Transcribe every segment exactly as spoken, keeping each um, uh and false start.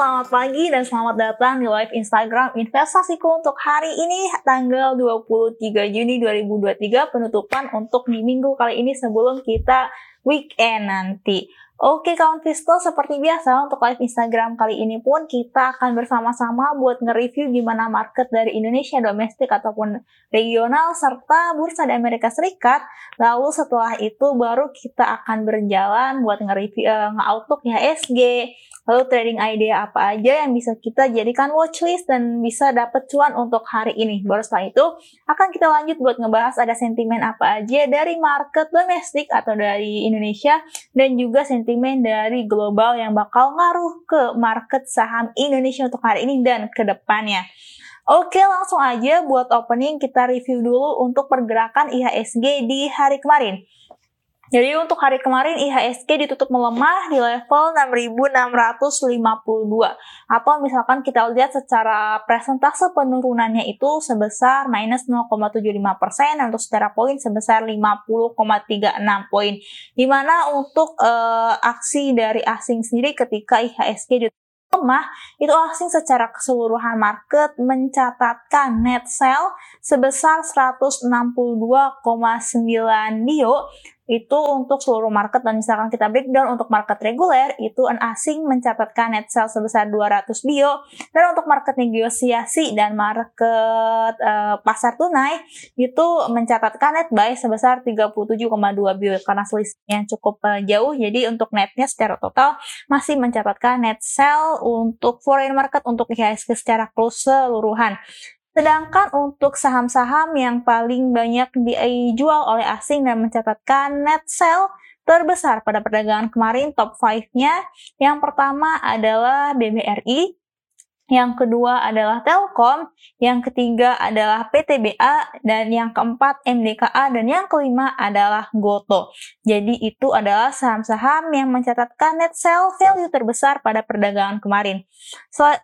selamat pagi dan selamat datang di live Instagram investasiku untuk hari ini tanggal dua puluh tiga Juni dua ribu dua puluh tiga, penutupan untuk di minggu kali ini sebelum kita weekend nanti. Oke kawan Visto, seperti biasa untuk live Instagram kali ini pun kita akan bersama-sama buat nge-review gimana market dari Indonesia domestik ataupun regional serta bursa di Amerika Serikat. Lalu setelah itu baru kita akan berjalan buat nge-review uh, nge-outlook I H S G, lalu trading idea apa aja yang bisa kita jadikan watchlist dan bisa dapat cuan untuk hari ini. Baru setelah itu akan kita lanjut buat ngebahas ada sentimen apa aja dari market domestik atau dari Indonesia dan juga sentimen dari global yang bakal ngaruh ke market saham Indonesia untuk hari ini dan ke depannya. Oke, langsung aja buat opening kita review dulu untuk pergerakan I H S G di hari kemarin. Jadi untuk hari kemarin I H S G ditutup melemah di level enam ribu enam ratus lima puluh dua. Atau misalkan kita lihat secara persentase penurunannya itu sebesar minus nol koma tujuh lima persen, untuk secara poin sebesar lima puluh koma tiga enam poin. Dimana untuk uh, aksi dari asing sendiri ketika I H S G ditutup lemah, itu asing secara keseluruhan market mencatatkan net sell sebesar seratus enam puluh dua koma sembilan bio. Itu untuk seluruh market, dan misalkan kita breakdown untuk market reguler itu an asing mencatatkan net sell sebesar dua ratus bio, dan untuk market negosiasi dan market uh, pasar tunai itu mencatatkan net buy sebesar tiga puluh tujuh koma dua bio. Karena selisihnya cukup uh, jauh, jadi untuk netnya secara total masih mencatatkan net sell untuk foreign market untuk I H S G secara keseluruhan. Sedangkan untuk saham-saham yang paling banyak dijual oleh asing dan mencatatkan net sell terbesar pada perdagangan kemarin, top lima-nya, yang pertama adalah B B R I, yang kedua adalah Telkom, yang ketiga adalah P T B A, dan yang keempat M D K A, dan yang kelima adalah Gotoh. Jadi itu adalah saham-saham yang mencatatkan net sell value terbesar pada perdagangan kemarin. Sel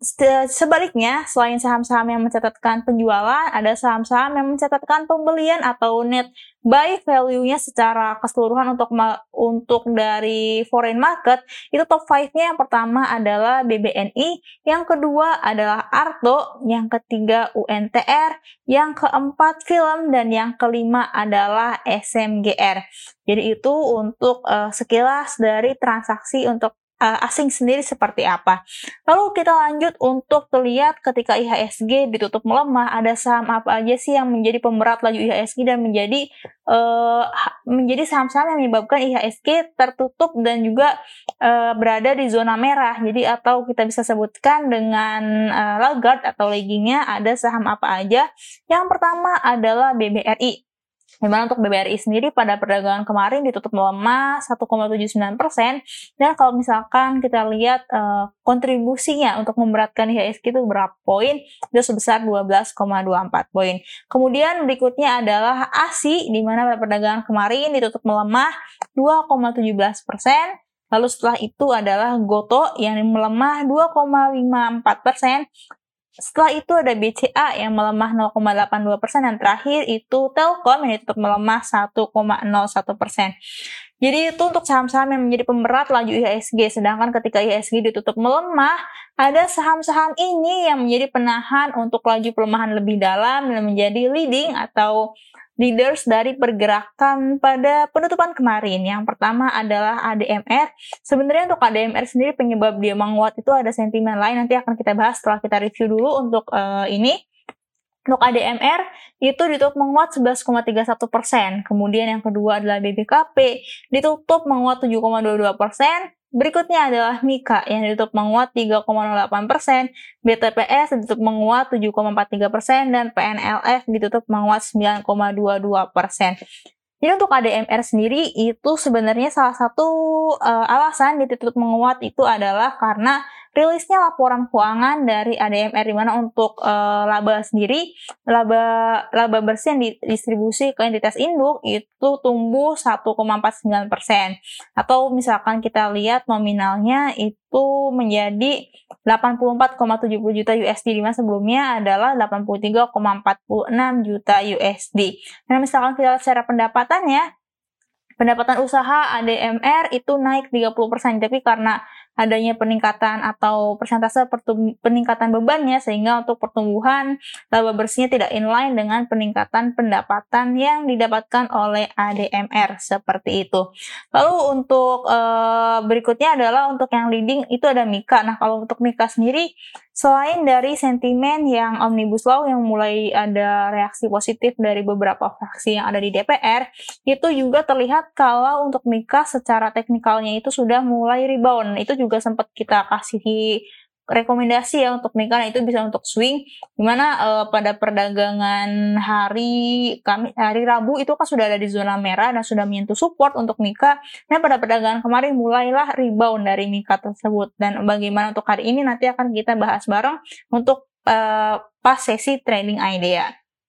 Sebaliknya, selain saham-saham yang mencatatkan penjualan, ada saham-saham yang mencatatkan pembelian atau net buy value-nya secara keseluruhan untuk untuk dari foreign market. Itu top lima-nya, yang pertama adalah B B N I, yang kedua adalah Arto, yang ketiga U N T R, yang keempat Film, dan yang kelima adalah S M G R. Jadi itu untuk uh, sekilas dari transaksi untuk Uh, asing sendiri seperti apa. Lalu kita lanjut untuk terlihat ketika I H S G ditutup melemah, ada saham apa aja sih yang menjadi pemberat laju I H S G dan menjadi uh, menjadi saham-saham yang menyebabkan I H S G tertutup dan juga uh, berada di zona merah. Jadi atau kita bisa sebutkan dengan uh, laggard atau laggingnya, ada saham apa aja. Yang pertama adalah B B R I. Dimana untuk B B R I sendiri pada perdagangan kemarin ditutup melemah satu koma tujuh sembilan persen, dan kalau misalkan kita lihat uh, kontribusinya untuk memberatkan I H S G itu berapa poin, itu sebesar dua belas koma dua empat poin. Kemudian berikutnya adalah A S I, di mana pada perdagangan kemarin ditutup melemah dua koma satu tujuh persen. Lalu setelah itu adalah Gotoh yang melemah dua koma lima empat persen. Setelah itu ada B C A yang melemah nol koma delapan dua persen, dan terakhir itu Telkom yang ditutup melemah satu koma nol satu persen. Jadi itu untuk saham-saham yang menjadi pemberat laju I H S G. Sedangkan ketika I H S G ditutup melemah, ada saham-saham ini yang menjadi penahan untuk laju pelemahan lebih dalam dan menjadi leading atau leaders dari pergerakan pada penutupan kemarin. Yang pertama adalah A D M R. Sebenarnya untuk A D M R sendiri penyebab dia menguat itu ada sentimen lain, nanti akan kita bahas setelah kita review dulu untuk uh, ini. Untuk A D M R itu ditutup menguat sebelas koma tiga satu persen. Kemudian yang kedua adalah B B K P, ditutup menguat tujuh koma dua dua persen. Berikutnya adalah Mika yang ditutup menguat tiga koma nol delapan persen, B T P S ditutup menguat tujuh koma empat tiga persen, dan P N L F ditutup menguat sembilan koma dua dua persen. Jadi untuk A D M R sendiri itu sebenarnya salah satu uh, alasan ditutup menguat itu adalah karena rilisnya laporan keuangan dari A D M R, di mana untuk uh, laba sendiri, laba laba bersih yang didistribusi ke entitas induk itu tumbuh satu koma empat sembilan persen. Atau misalkan kita lihat nominalnya itu menjadi delapan puluh empat koma tujuh puluh juta U S D, di mana sebelumnya adalah delapan puluh tiga koma empat puluh enam juta U S D. Nah, misalkan kita lihat secara pendapatannya, pendapatan usaha A D M R itu naik tiga puluh persen, tapi karena adanya peningkatan atau persentase peningkatan bebannya, sehingga untuk pertumbuhan laba bersihnya tidak inline dengan peningkatan pendapatan yang didapatkan oleh A D M R seperti itu. Lalu untuk uh, berikutnya adalah untuk yang leading itu ada Mika. Nah, kalau untuk Mika sendiri, selain dari sentimen yang Omnibus Law yang mulai ada reaksi positif dari beberapa fraksi yang ada di D P R, itu juga terlihat kalau untuk Mika secara teknikalnya itu sudah mulai rebound. Itu juga sempat kita kasih rekomendasi ya untuk Mika. Nah, itu bisa untuk swing, dimana uh, pada perdagangan hari kami hari Rabu itu kan sudah ada di zona merah dan sudah menyentuh support untuk Mika. Nah, pada perdagangan kemarin mulailah rebound dari Mika tersebut, dan bagaimana untuk hari ini nanti akan kita bahas bareng untuk uh, pas sesi trading idea.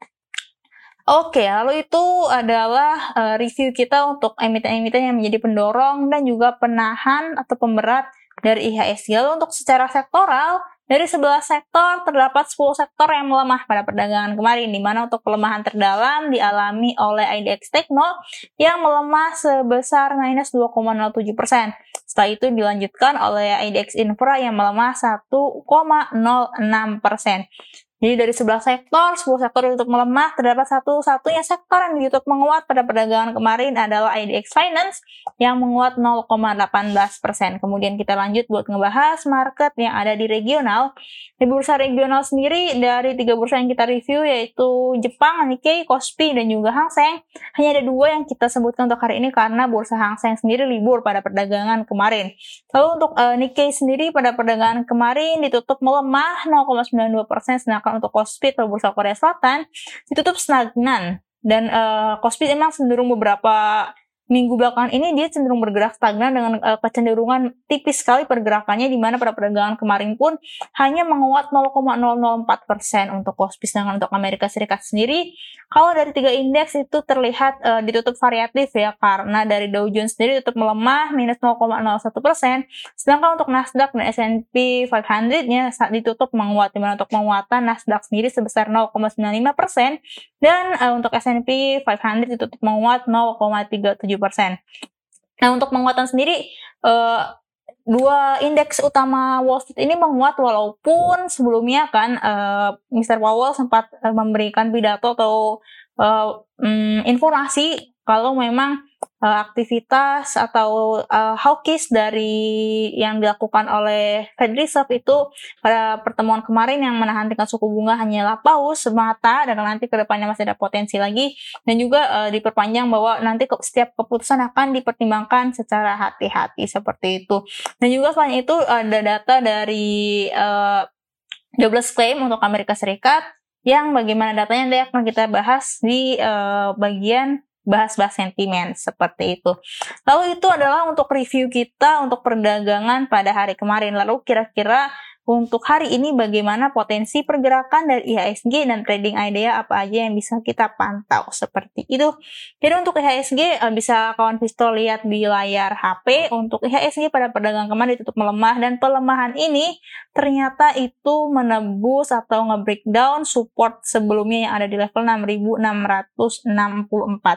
Oke, lalu itu adalah uh, review kita untuk emiten-emiten yang menjadi pendorong dan juga penahan atau pemberat dari I H S G. Lalu untuk secara sektoral, dari sebelas sektor terdapat sepuluh sektor yang melemah pada perdagangan kemarin, di mana untuk pelemahan terdalam dialami oleh I D X Tekno yang melemah sebesar minus dua koma nol tujuh persen. Setelah itu dilanjutkan oleh I D X Infra yang melemah satu koma nol enam persen. Jadi dari sebelas sektor, sepuluh sektor untuk melemah, terdapat satu-satunya sektor yang ditutup menguat pada perdagangan kemarin adalah I D X Finance yang menguat nol koma satu delapan persen. Kemudian kita lanjut buat ngebahas market yang ada di regional. Di bursa regional sendiri, dari tiga bursa yang kita review yaitu Jepang, Nikkei, Kospi, dan juga Hang Seng, hanya ada dua yang kita sebutkan untuk hari ini karena bursa Hang Seng sendiri libur pada perdagangan kemarin. Lalu untuk uh, Nikkei sendiri pada perdagangan kemarin ditutup melemah nol koma sembilan dua persen, sedangkan untuk Kospi atau bursa Korea Selatan ditutup stagnan, dan uh, Kospi emang cenderung beberapa minggu belakangan ini dia cenderung bergerak stagnan dengan uh, kecenderungan tipis sekali pergerakannya, di mana pada perdagangan kemarin pun hanya menguat nol koma nol nol empat persen untuk Kospi. Sedangkan untuk Amerika Serikat sendiri, kalau dari tiga indeks itu terlihat uh, ditutup variatif ya, karena dari Dow Jones sendiri tutup melemah minus nol koma nol satu persen, sedangkan untuk Nasdaq dan S and P lima ratus-nya ditutup menguat, di mana untuk penguatan Nasdaq sendiri sebesar nol koma sembilan lima persen dan uh, untuk S and P lima ratus ditutup menguat nol koma tiga tujuh persen. Nah, untuk penguatan sendiri, uh, dua indeks utama Wall Street ini menguat walaupun sebelumnya kan uh, mister Powell sempat uh, memberikan pidato atau uh, um, informasi kalau memang uh, aktivitas atau uh, hawkish dari yang dilakukan oleh Fed Reserve itu pada pertemuan kemarin yang menahan tingkat suku bunga hanyalah paus semata, dan nanti ke depannya masih ada potensi lagi, dan juga uh, diperpanjang bahwa nanti ke, setiap keputusan akan dipertimbangkan secara hati-hati seperti itu. Dan juga selain itu ada data dari uh, jobless claim untuk Amerika Serikat yang bagaimana datanya nanti akan kita bahas di uh, bagian bahas-bahas sentimen seperti itu. Lalu itu adalah untuk review kita untuk perdagangan pada hari kemarin. Lalu kira-kira untuk hari ini bagaimana potensi pergerakan dari I H S G dan trading idea apa aja yang bisa kita pantau seperti itu. Jadi untuk I H S G bisa kawan pistol lihat di layar H P. Untuk I H S G pada perdagangan kemarin ditutup melemah, dan pelemahan ini ternyata itu menembus atau nge-breakdown support sebelumnya yang ada di level enam ribu enam ratus enam puluh empat.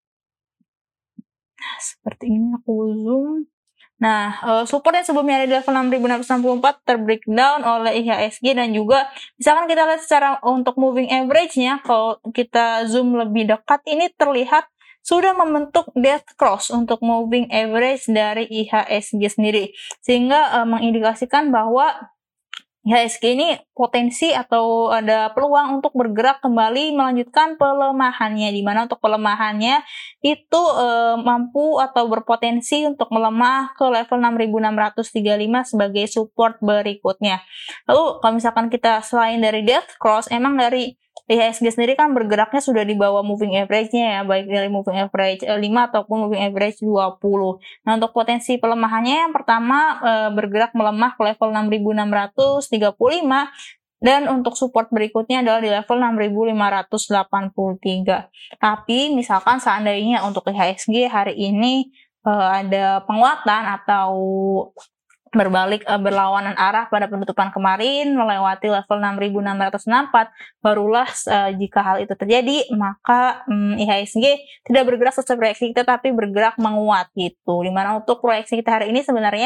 Nah, seperti ini aku zoom. Nah, uh, support yang sebelumnya ada di level enam ribu enam ratus enam puluh empat terbreakdown oleh I H S G, dan juga misalkan kita lihat secara untuk moving average-nya, kalau kita zoom lebih dekat ini terlihat sudah membentuk death cross untuk moving average dari I H S G sendiri, sehingga uh, mengindikasikan bahwa I H S G ini potensi atau ada peluang untuk bergerak kembali melanjutkan pelemahannya, di mana untuk pelemahannya itu e, mampu atau berpotensi untuk melemah ke level enam ribu enam ratus tiga puluh lima sebagai support berikutnya. Lalu kalau misalkan kita selain dari death cross, emang dari I H S G sendiri kan bergeraknya sudah di bawah moving average-nya ya, baik dari moving average lima ataupun moving average dua puluh. Nah, untuk potensi pelemahannya yang pertama e, bergerak melemah ke level enam ribu enam ratus tiga puluh lima, dan untuk support berikutnya adalah di level enam ribu lima ratus delapan puluh tiga. Tapi misalkan seandainya untuk I H S G hari ini e, ada penguatan atau berbalik uh, berlawanan arah pada penutupan kemarin melewati level enam ribu enam ratus enam puluh empat, barulah uh, jika hal itu terjadi maka um, I H S G tidak bergerak sesuai proyeksi kita tapi bergerak menguat gitu. Dimana untuk proyeksi kita hari ini sebenarnya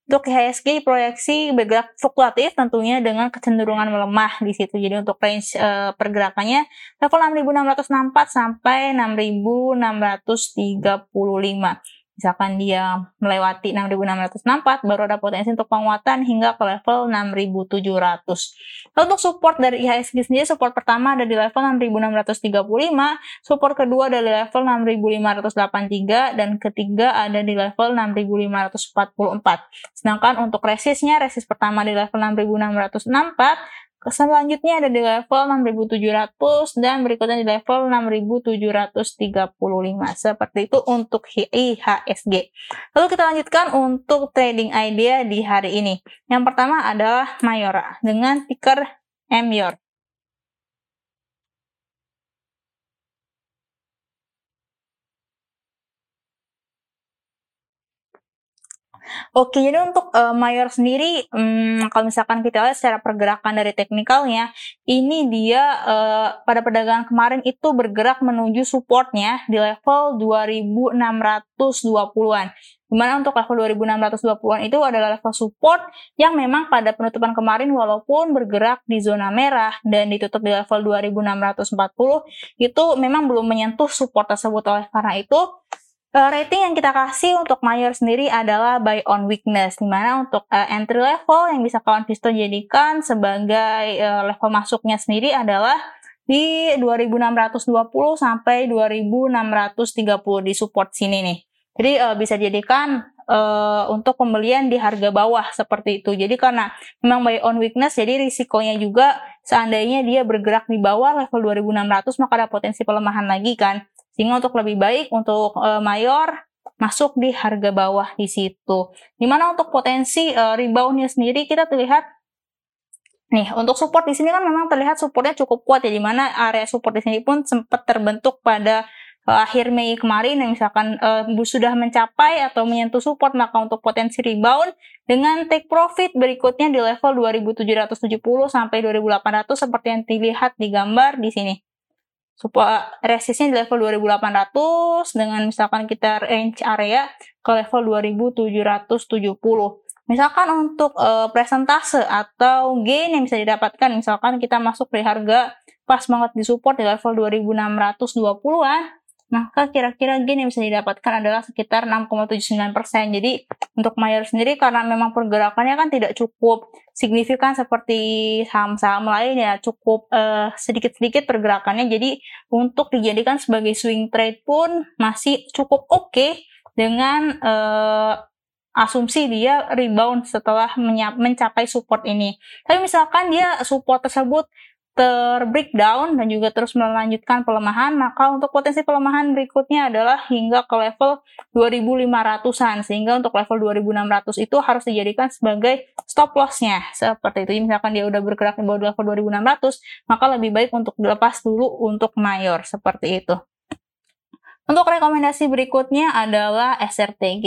Untuk I H S G proyeksi bergerak fluktuatif tentunya dengan kecenderungan melemah di situ. Jadi untuk range uh, pergerakannya level enam ribu enam ratus enam puluh empat sampai enam ribu enam ratus tiga puluh lima. Misalkan dia melewati enam ribu enam ratus enam puluh empat, baru ada potensi untuk penguatan hingga ke level enam ribu tujuh ratus. Lalu untuk support dari I H S G sendiri, support pertama ada di level enam ribu enam ratus tiga puluh lima, support kedua ada di level enam ribu lima ratus delapan puluh tiga, dan ketiga ada di level enam ribu lima ratus empat puluh empat. Sedangkan untuk resistnya, resist pertama di level enam ribu enam ratus enam puluh empat, selanjutnya ada di level enam ribu tujuh ratus dan berikutnya di level enam ribu tujuh ratus tiga puluh lima. Seperti itu untuk I H S G. Lalu kita lanjutkan untuk trading idea di hari ini. Yang pertama adalah Mayora dengan ticker M Y O R. Oke, jadi untuk uh, Mayor sendiri, um, kalau misalkan kita lihat secara pergerakan dari teknikalnya, ini dia uh, pada perdagangan kemarin itu bergerak menuju supportnya di level dua ribu enam ratus dua puluhan. Dimana untuk level dua ribu enam ratus dua puluhan itu adalah level support yang memang pada penutupan kemarin walaupun bergerak di zona merah dan ditutup di level dua ribu enam ratus empat puluh, itu memang belum menyentuh support tersebut. Oleh karena itu, Uh, rating yang kita kasih untuk Mayor sendiri adalah buy on weakness, dimana untuk uh, entry level yang bisa kawan Visto jadikan sebagai uh, level masuknya sendiri adalah di dua ribu enam ratus dua puluh sampai dua ribu enam ratus tiga puluh di support sini nih. Jadi uh, bisa dijadikan uh, untuk pembelian di harga bawah seperti itu. Jadi karena memang buy on weakness, jadi risikonya juga seandainya dia bergerak di bawah level dua ribu enam ratus maka ada potensi pelemahan lagi kan. Sehingga untuk lebih baik untuk uh, Mayor masuk di harga bawah di situ. Dimana untuk potensi uh, reboundnya sendiri kita terlihat nih untuk support di sini kan memang terlihat supportnya cukup kuat ya. Dimana area support di sini pun sempat terbentuk pada uh, akhir Mei kemarin yang misalkan uh, sudah mencapai atau menyentuh support, maka untuk potensi rebound dengan take profit berikutnya di level dua ribu tujuh ratus tujuh puluh sampai dua ribu delapan ratus seperti yang dilihat di gambar di sini. Support resistnya di level dua ribu delapan ratus dengan misalkan kita range area ke level dua ribu tujuh ratus tujuh puluh. Misalkan untuk uh, presentase atau gain yang bisa didapatkan, misalkan kita masuk di harga pas banget di support di level dua ribu enam ratus dua puluhan, maka kira-kira gain yang bisa didapatkan adalah sekitar enam koma tujuh sembilan persen. Jadi untuk Mayor sendiri karena memang pergerakannya kan tidak cukup signifikan seperti saham-saham lain ya, cukup uh, sedikit-sedikit pergerakannya. Jadi untuk dijadikan sebagai swing trade pun masih cukup oke okay dengan uh, asumsi dia rebound setelah mencapai support ini. Tapi misalkan dia support tersebut terbreakdown dan juga terus melanjutkan pelemahan, maka untuk potensi pelemahan berikutnya adalah hingga ke level dua ribu lima ratusan, sehingga untuk level dua ribu enam ratus itu harus dijadikan sebagai stop loss-nya seperti itu. Jadi misalkan dia udah bergerak di bawah level dua ribu enam ratus, maka lebih baik untuk dilepas dulu untuk Mayor seperti itu. Untuk rekomendasi berikutnya adalah S R T G.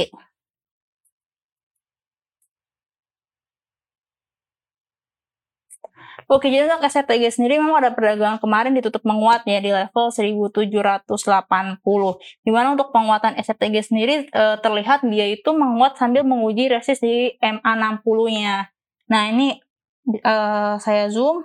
Oke, jadi untuk S R T G sendiri memang ada perdagangan kemarin ditutup menguat ya di level seribu tujuh ratus delapan puluh. Dimana untuk penguatan S R T G sendiri e, terlihat dia itu menguat sambil menguji resist di M A enam puluh-nya. Nah, ini e, saya zoom.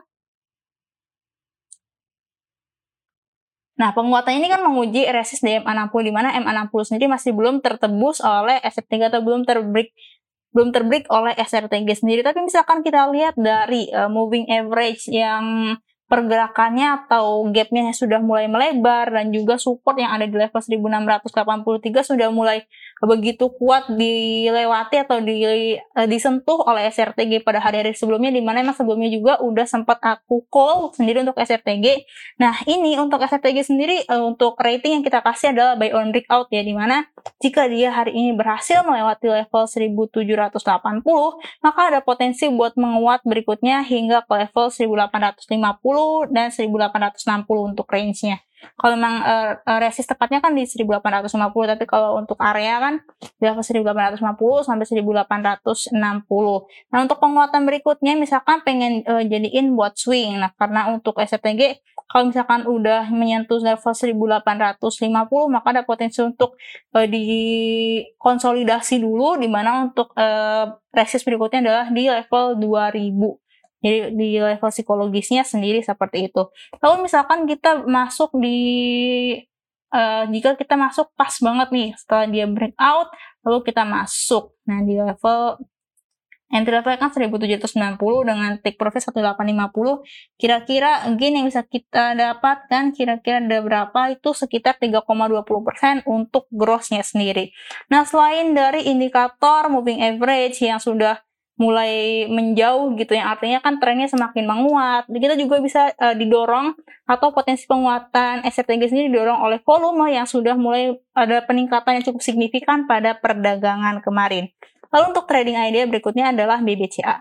Nah, penguatan ini kan menguji resist di M A enam puluh, di mana M A enam puluh sendiri masih belum tertembus oleh S R T G atau belum terbreak belum terbreak oleh S R T G sendiri. Tapi misalkan kita lihat dari uh, moving average yang pergerakannya atau gapnya sudah mulai melebar dan juga support yang ada di level seribu enam ratus delapan puluh tiga sudah mulai begitu kuat dilewati atau di, uh, disentuh oleh S R T G pada hari-hari sebelumnya, di mana memang sebelumnya juga udah sempat aku call sendiri untuk S R T G. Nah, ini untuk S R T G sendiri uh, untuk rating yang kita kasih adalah buy on breakout ya, di mana jika dia hari ini berhasil melewati level seribu tujuh ratus delapan puluh, maka ada potensi buat menguat berikutnya hingga ke level seribu delapan ratus lima puluh dan seribu delapan ratus enam puluh untuk range-nya. Kalau memang uh, resist tepatnya kan di seribu delapan ratus lima puluh, tapi kalau untuk area kan di level seribu delapan ratus lima puluh sampai seribu delapan ratus enam puluh. Nah, untuk penguatan berikutnya misalkan pengen uh, jadiin buat swing. Nah, karena untuk S R T G Kalau misalkan udah menyentuh level seribu delapan ratus lima puluh, maka ada potensi untuk uh, dikonsolidasi dulu, di mana untuk uh, resist berikutnya adalah di level dua ribu. Jadi di level psikologisnya sendiri seperti itu. Lalu misalkan kita masuk di uh, jika kita masuk pas banget nih setelah dia breakout, lalu kita masuk. Nah, di level entry level kan seribu tujuh ratus sembilan puluh dengan take profit seribu delapan ratus lima puluh. Kira-kira gain yang bisa kita dapatkan kira-kira ada berapa? Itu sekitar tiga koma dua puluh persen untuk gross-nya sendiri. Nah, selain dari indikator moving average yang sudah mulai menjauh gitu, yang artinya kan trennya semakin menguat, kita juga bisa uh, didorong atau potensi penguatan S T G sendiri didorong oleh volume yang sudah mulai ada peningkatan yang cukup signifikan pada perdagangan kemarin. Lalu untuk trading idea berikutnya adalah B B C A.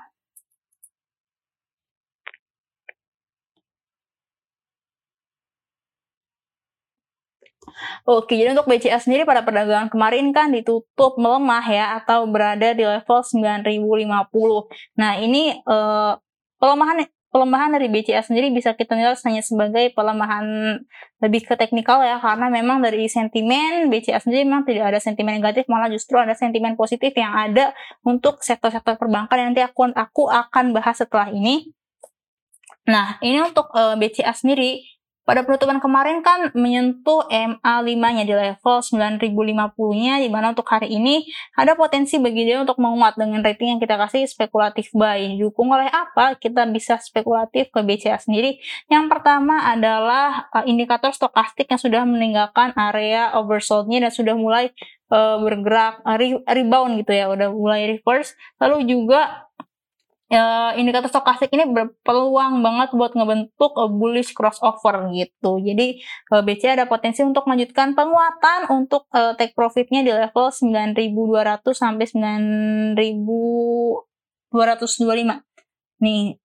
Oke, jadi untuk B C A sendiri pada perdagangan kemarin kan ditutup melemah ya, atau berada di level sembilan ribu lima puluh. Nah, ini eh, pelemahan pelemahan dari B C A sendiri bisa kita nilai hanya sebagai pelemahan lebih ke teknikal ya, karena memang dari sentimen B C A sendiri memang tidak ada sentimen negatif, malah justru ada sentimen positif yang ada untuk sektor-sektor perbankan yang nanti aku, aku akan bahas setelah ini. Nah, ini untuk uh, B C A sendiri pada penutupan kemarin kan menyentuh M A lima-nya di level sembilan ribu lima puluh-nya, di mana untuk hari ini ada potensi bagi dia untuk menguat dengan rating yang kita kasih spekulatif buy. Didukung oleh apa? Kita bisa spekulatif ke B C A sendiri. Yang pertama adalah uh, indikator stokastik yang sudah meninggalkan area oversold-nya dan sudah mulai uh, bergerak uh, re- rebound gitu ya, udah mulai reverse. Lalu juga Uh, indikator stokastik ini berpeluang banget buat ngebentuk uh, bullish crossover gitu. Jadi uh, B C A ada potensi untuk melanjutkan penguatan untuk uh, take profitnya di level sembilan ribu dua ratus sampai sembilan ribu dua ratus dua puluh lima. Nih.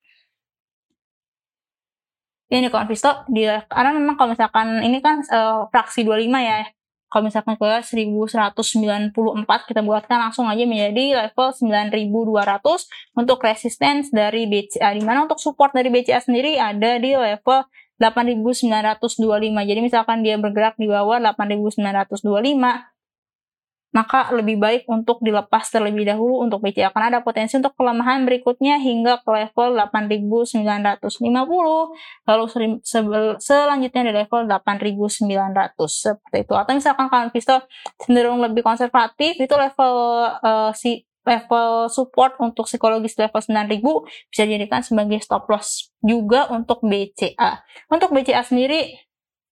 Ini kawan Visto, dia karena memang kalau misalkan ini kan uh, fraksi dua puluh lima ya. Kalau misalkan keluar seribu seratus sembilan puluh empat, kita buatkan langsung aja menjadi level sembilan ribu dua ratus untuk resistance dari B C A. Dimana untuk support dari B C A sendiri ada di level delapan ribu sembilan ratus dua puluh lima. Jadi misalkan dia bergerak di bawah delapan ribu sembilan ratus dua puluh lima, maka lebih baik untuk dilepas terlebih dahulu untuk B C A, karena ada potensi untuk pelemahan berikutnya hingga ke level delapan ribu sembilan ratus lima puluh, lalu sel- selanjutnya di level delapan ribu sembilan ratus seperti itu. Atau misalkan kalian Visto cenderung lebih konservatif, itu level uh, si level support untuk psikologis level sembilan ribu bisa dijadikan sebagai stop loss juga untuk B C A. Untuk B C A sendiri,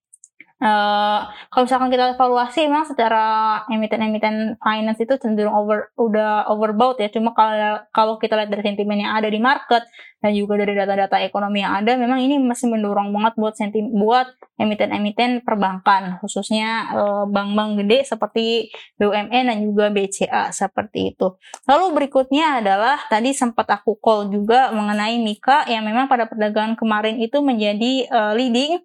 Uh, kalau misalkan kita evaluasi, memang secara emiten-emiten finance itu cenderung over udah overbought ya. Cuma kalau kalau kita lihat dari sentimen yang ada di market dan juga dari data-data ekonomi yang ada, memang ini masih mendorong banget buat sentim buat emiten-emiten perbankan, khususnya uh, bank-bank gede seperti B U M N dan juga B C A seperti itu. Lalu berikutnya adalah tadi sempat aku call juga mengenai Mika yang memang pada perdagangan kemarin itu menjadi uh, leading.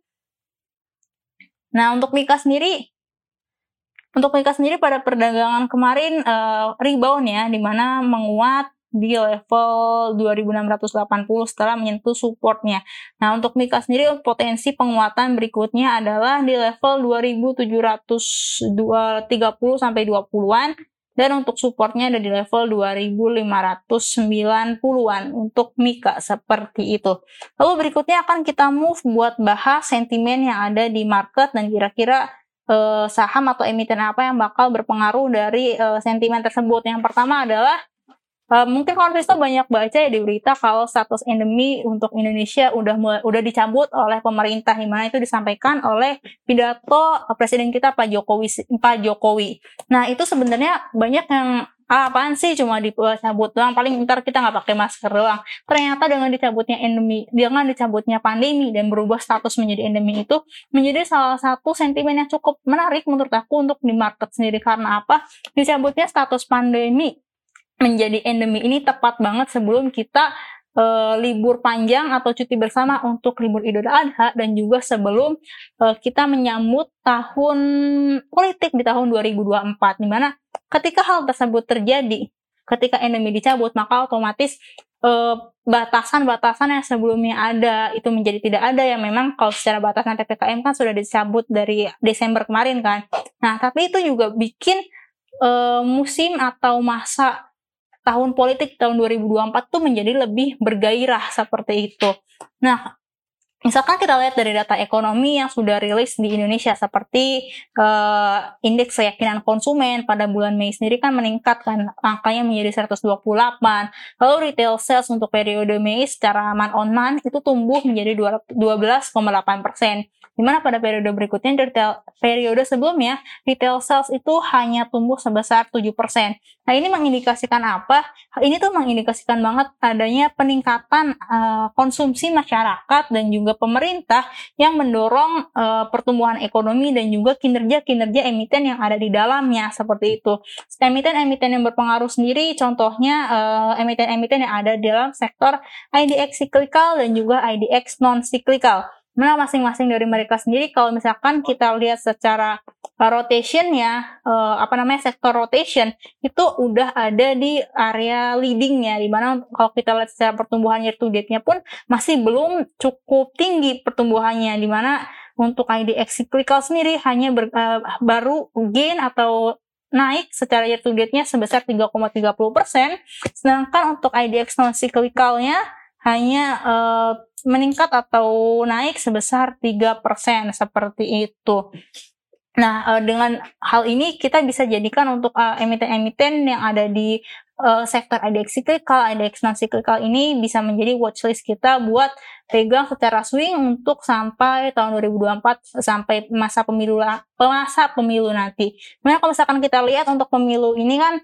Nah, untuk Mika sendiri, untuk Mika sendiri pada perdagangan kemarin uh, rebound ya, di mana menguat di level dua ribu enam ratus delapan puluh setelah menyentuh supportnya. Nah, untuk Mika sendiri potensi penguatan berikutnya adalah di level dua ribu tujuh ratus tiga puluh sampai dua puluhan. Dan untuk supportnya ada di level dua ribu lima ratus sembilan puluhan untuk Mika seperti itu. Lalu berikutnya akan kita move buat bahas sentimen yang ada di market dan kira-kira eh, saham atau emiten apa yang bakal berpengaruh dari eh, sentimen tersebut. Yang pertama adalah Uh, mungkin kawan Visto banyak baca ya di berita kalau status endemi untuk Indonesia udah mulai, udah dicabut oleh pemerintah, di mana itu disampaikan oleh pidato presiden kita Pak Jokowi Pak Jokowi. Nah, itu sebenarnya banyak yang ah, apaan sih cuma dicabut doang, paling ntar kita nggak pakai masker doang. Ternyata dengan dicabutnya endemi, dengan dicabutnya pandemi dan berubah status menjadi endemi itu menjadi salah satu sentimen yang cukup menarik menurut aku untuk di market sendiri. Karena apa? Dicabutnya status pandemi menjadi endemi ini tepat banget sebelum kita e, libur panjang atau cuti bersama untuk libur Idul Adha, dan juga sebelum e, kita menyambut tahun politik di tahun dua ribu dua puluh empat, dimana ketika hal tersebut terjadi, ketika endemi dicabut, maka otomatis uh, batasan-batasan yang sebelumnya ada itu menjadi tidak ada, yang memang kalau secara batasan P P K M kan sudah dicabut dari Desember kemarin kan. Nah, tapi itu juga bikin uh, musim atau masa tahun politik tahun dua ribu dua puluh empat tuh menjadi lebih bergairah seperti itu. Nah, misalkan kita lihat dari data ekonomi yang sudah rilis di Indonesia seperti uh, indeks keyakinan konsumen pada bulan Mei sendiri kan meningkat kan, angkanya menjadi seratus dua puluh delapan. Lalu retail sales untuk periode Mei secara month on month itu tumbuh menjadi dua belas koma delapan persen. Dimana pada periode berikutnya, retail, periode sebelumnya, retail sales itu hanya tumbuh sebesar tujuh persen. Nah, ini mengindikasikan apa? Ini tuh mengindikasikan banget adanya peningkatan uh, konsumsi masyarakat dan juga pemerintah yang mendorong uh, pertumbuhan ekonomi dan juga kinerja-kinerja emiten yang ada di dalamnya, seperti itu. Emiten-emiten yang berpengaruh sendiri, contohnya uh, emiten-emiten yang ada di dalam sektor I D X cyclical dan juga I D X non-cyclical. Nah, masing-masing dari mereka sendiri, kalau misalkan kita lihat secara uh, rotation ya, uh, apa namanya, sektor rotation, itu udah ada di area leading-nya, dimana kalau kita lihat secara pertumbuhan year to date-nya pun masih belum cukup tinggi pertumbuhannya, dimana untuk I D X cyclical sendiri hanya ber, uh, baru gain atau naik secara year to date-nya sebesar tiga koma tiga puluh persen, sedangkan untuk I D X non-cyclical-nya hanya uh, meningkat atau naik sebesar tiga persen, seperti itu. Nah, uh, dengan hal ini kita bisa jadikan untuk uh, emiten-emiten yang ada di uh, sektor I D X cyclical, I D X non-cyclical ini bisa menjadi watchlist kita buat pegang secara swing untuk sampai tahun dua ribu dua puluh empat, sampai masa pemilu masa pemilu nanti. Nah, kalau misalkan kita lihat untuk pemilu ini kan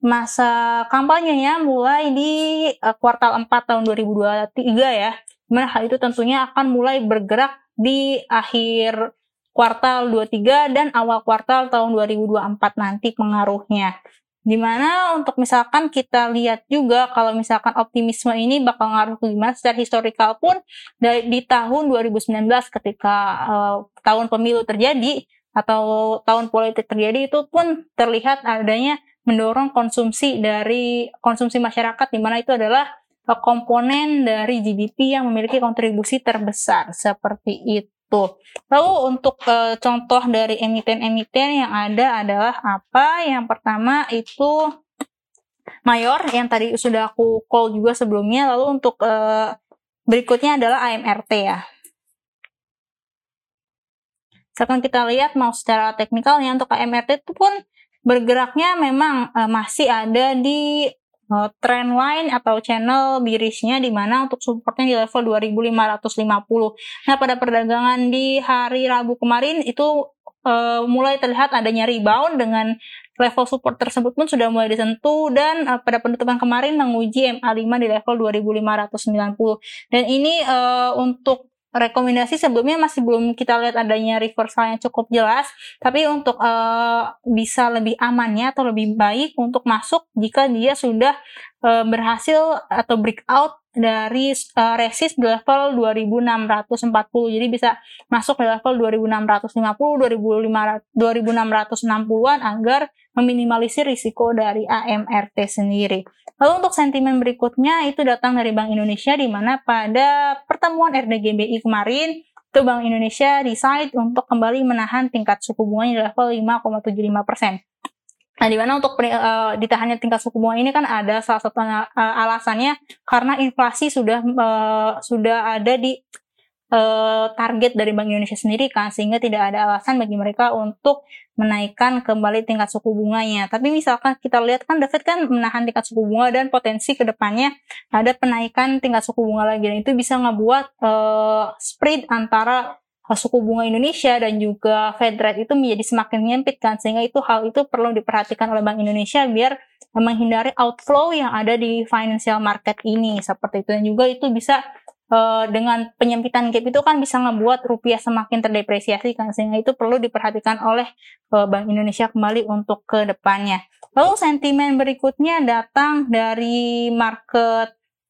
masa kampanyenya mulai di uh, kuartal empat tahun dua ribu dua puluh tiga ya. Dimana hal itu tentunya akan mulai bergerak di akhir kuartal dua puluh tiga dan awal kuartal tahun dua ribu dua puluh empat nanti pengaruhnya. Dimana untuk misalkan kita lihat juga kalau misalkan optimisme ini bakal ngaruh ke gimana secara historikal pun dari di tahun dua ribu sembilan belas ketika uh, tahun pemilu terjadi atau tahun politik terjadi, itu pun terlihat adanya mendorong konsumsi dari konsumsi masyarakat, di mana itu adalah komponen dari G D P yang memiliki kontribusi terbesar, seperti itu. Lalu untuk uh, contoh dari emiten-emiten yang ada adalah apa? Yang pertama itu Mayor yang tadi sudah aku call juga sebelumnya. Lalu untuk uh, berikutnya adalah A M R T ya. Sekarang kita lihat mau secara teknikalnya, untuk A M R T itu pun bergeraknya memang uh, masih ada di uh, trend line atau channel bearishnya, di mana untuk supportnya di level dua ribu lima ratus lima puluh. Nah, pada perdagangan di hari Rabu kemarin itu uh, mulai terlihat adanya rebound, dengan level support tersebut pun sudah mulai disentuh, dan uh, pada penutupan kemarin menguji M A lima di level dua ribu lima ratus sembilan puluh. Dan ini uh, untuk rekomendasi sebelumnya masih belum kita lihat adanya reversal yang cukup jelas, tapi untuk uh, bisa lebih amannya atau lebih baik untuk masuk jika dia sudah uh, berhasil atau breakout dari uh, resist di level dua ribu enam ratus empat puluh. Jadi bisa masuk di level dua ribu enam ratus lima puluh, dua ribu enam ratus enam puluhan agar meminimalisir risiko dari A M R T sendiri. Lalu untuk sentimen berikutnya itu datang dari Bank Indonesia, di mana pada pertemuan R D G B I kemarin itu Bank Indonesia decide untuk kembali menahan tingkat suku bunganya di level lima koma tujuh lima persen. Nah, di mana untuk uh, ditahannya tingkat suku bunga ini kan ada salah satu uh, alasannya karena inflasi sudah uh, sudah ada di uh, target dari Bank Indonesia sendiri kan, sehingga tidak ada alasan bagi mereka untuk menaikkan kembali tingkat suku bunganya. Tapi misalkan kita lihat kan The Fed kan menahan tingkat suku bunga, dan potensi ke depannya ada penaikan tingkat suku bunga lagi, dan itu bisa ngebuat uh, spread antara suku bunga Indonesia dan juga Fed rate itu menjadi semakin menyempit kan, sehingga itu hal itu perlu diperhatikan oleh Bank Indonesia biar menghindari outflow yang ada di financial market ini, seperti itu. Dan juga itu bisa uh, dengan penyempitan gap itu kan bisa ngebuat rupiah semakin terdepresiasi kan, sehingga itu perlu diperhatikan oleh uh, Bank Indonesia kembali untuk ke depannya. Lalu sentimen berikutnya datang dari market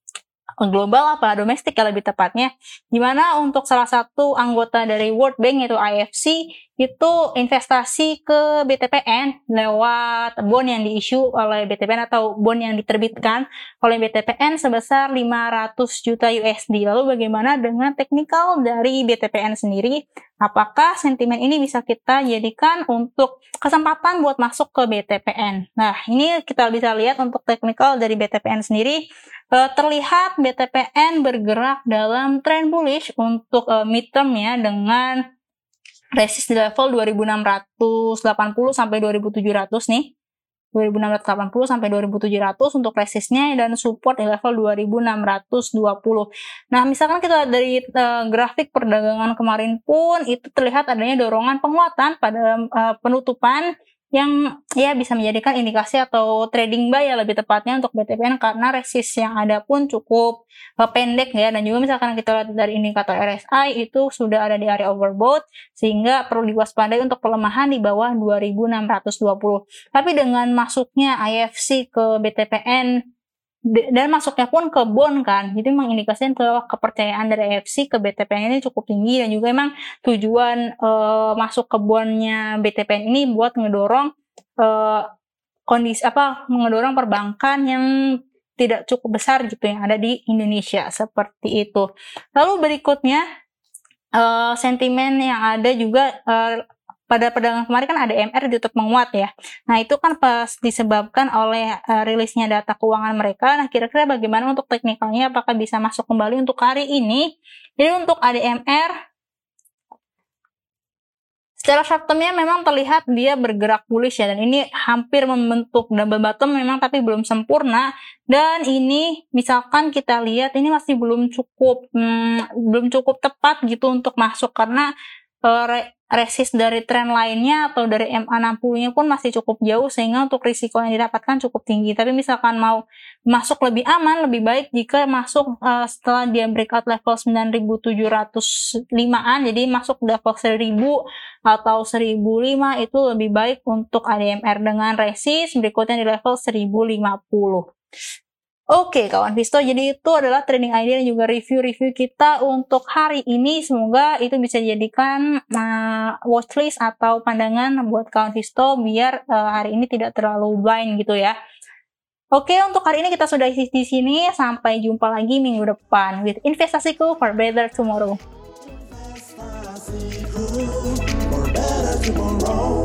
global apa domestik ya lebih tepatnya, di mana untuk salah satu anggota dari World Bank yaitu I F C itu investasi ke B T P N lewat bond yang di-issue oleh B T P N atau bond yang diterbitkan oleh B T P N sebesar lima ratus juta U S D. Lalu bagaimana dengan teknikal dari B T P N sendiri? Apakah sentimen ini bisa kita jadikan untuk kesempatan buat masuk ke B T P N? Nah, ini kita bisa lihat untuk teknikal dari B T P N sendiri. Uh, terlihat B T P N bergerak dalam trend bullish untuk uh, midterm ya, dengan resist di level dua ribu enam ratus delapan puluh sampai dua ribu tujuh ratus nih. dua ribu enam ratus delapan puluh sampai dua ribu tujuh ratus untuk resistnya, dan support di level dua ribu enam ratus dua puluh. Nah, misalkan kita dari uh, grafik perdagangan kemarin pun itu terlihat adanya dorongan penguatan pada uh, penutupan yang ya bisa menjadikan indikasi atau trading buy ya lebih tepatnya untuk B T P N, karena resist yang ada pun cukup uh, pendek ya, dan juga misalkan kita lihat dari indikator R S I itu sudah ada di area overbought sehingga perlu diwaspadai untuk pelemahan di bawah dua ribu enam ratus dua puluh. Tapi dengan masuknya I F C ke B T P N dan masuknya pun ke bond kan, jadi memang indikasinya bahwa kepercayaan dari I F C ke B T P N ini cukup tinggi, dan juga emang tujuan uh, masuk ke bondnya B T P N ini buat ngedorong uh, kondisi apa ngedorong perbankan yang tidak cukup besar gitu yang ada di Indonesia seperti itu. Lalu berikutnya uh, sentimen yang ada juga uh, pada perdagangan kemarin kan ada M R ditutup menguat ya. Nah, itu kan pas disebabkan oleh uh, rilisnya data keuangan mereka. Nah, kira-kira bagaimana untuk teknikalnya, apakah bisa masuk kembali untuk hari ini? Jadi untuk A D M R secara short term-nya memang terlihat dia bergerak bullish ya, dan ini hampir membentuk double bottom memang, tapi belum sempurna. Dan ini misalkan kita lihat ini masih belum cukup hmm, belum cukup tepat gitu untuk masuk, karena uh, re resist dari tren lainnya atau dari M A enam puluh-nya pun masih cukup jauh, sehingga untuk risiko yang didapatkan cukup tinggi. Tapi misalkan mau masuk lebih aman, lebih baik jika masuk uh, setelah dia breakout level sembilan ribu tujuh ratus lima-an, jadi masuk level seribu atau seribu lima itu lebih baik untuk A D M R dengan resist berikutnya di level seribu lima puluh. Oke kawan Visto, jadi itu adalah trading idea dan juga review-review kita untuk hari ini. Semoga itu bisa dijadikan uh, watchlist atau pandangan buat kawan Visto biar uh, hari ini tidak terlalu blind gitu ya. Oke, untuk hari ini kita sudah isi di sini. Sampai jumpa lagi minggu depan with Investasiku for Better Tomorrow.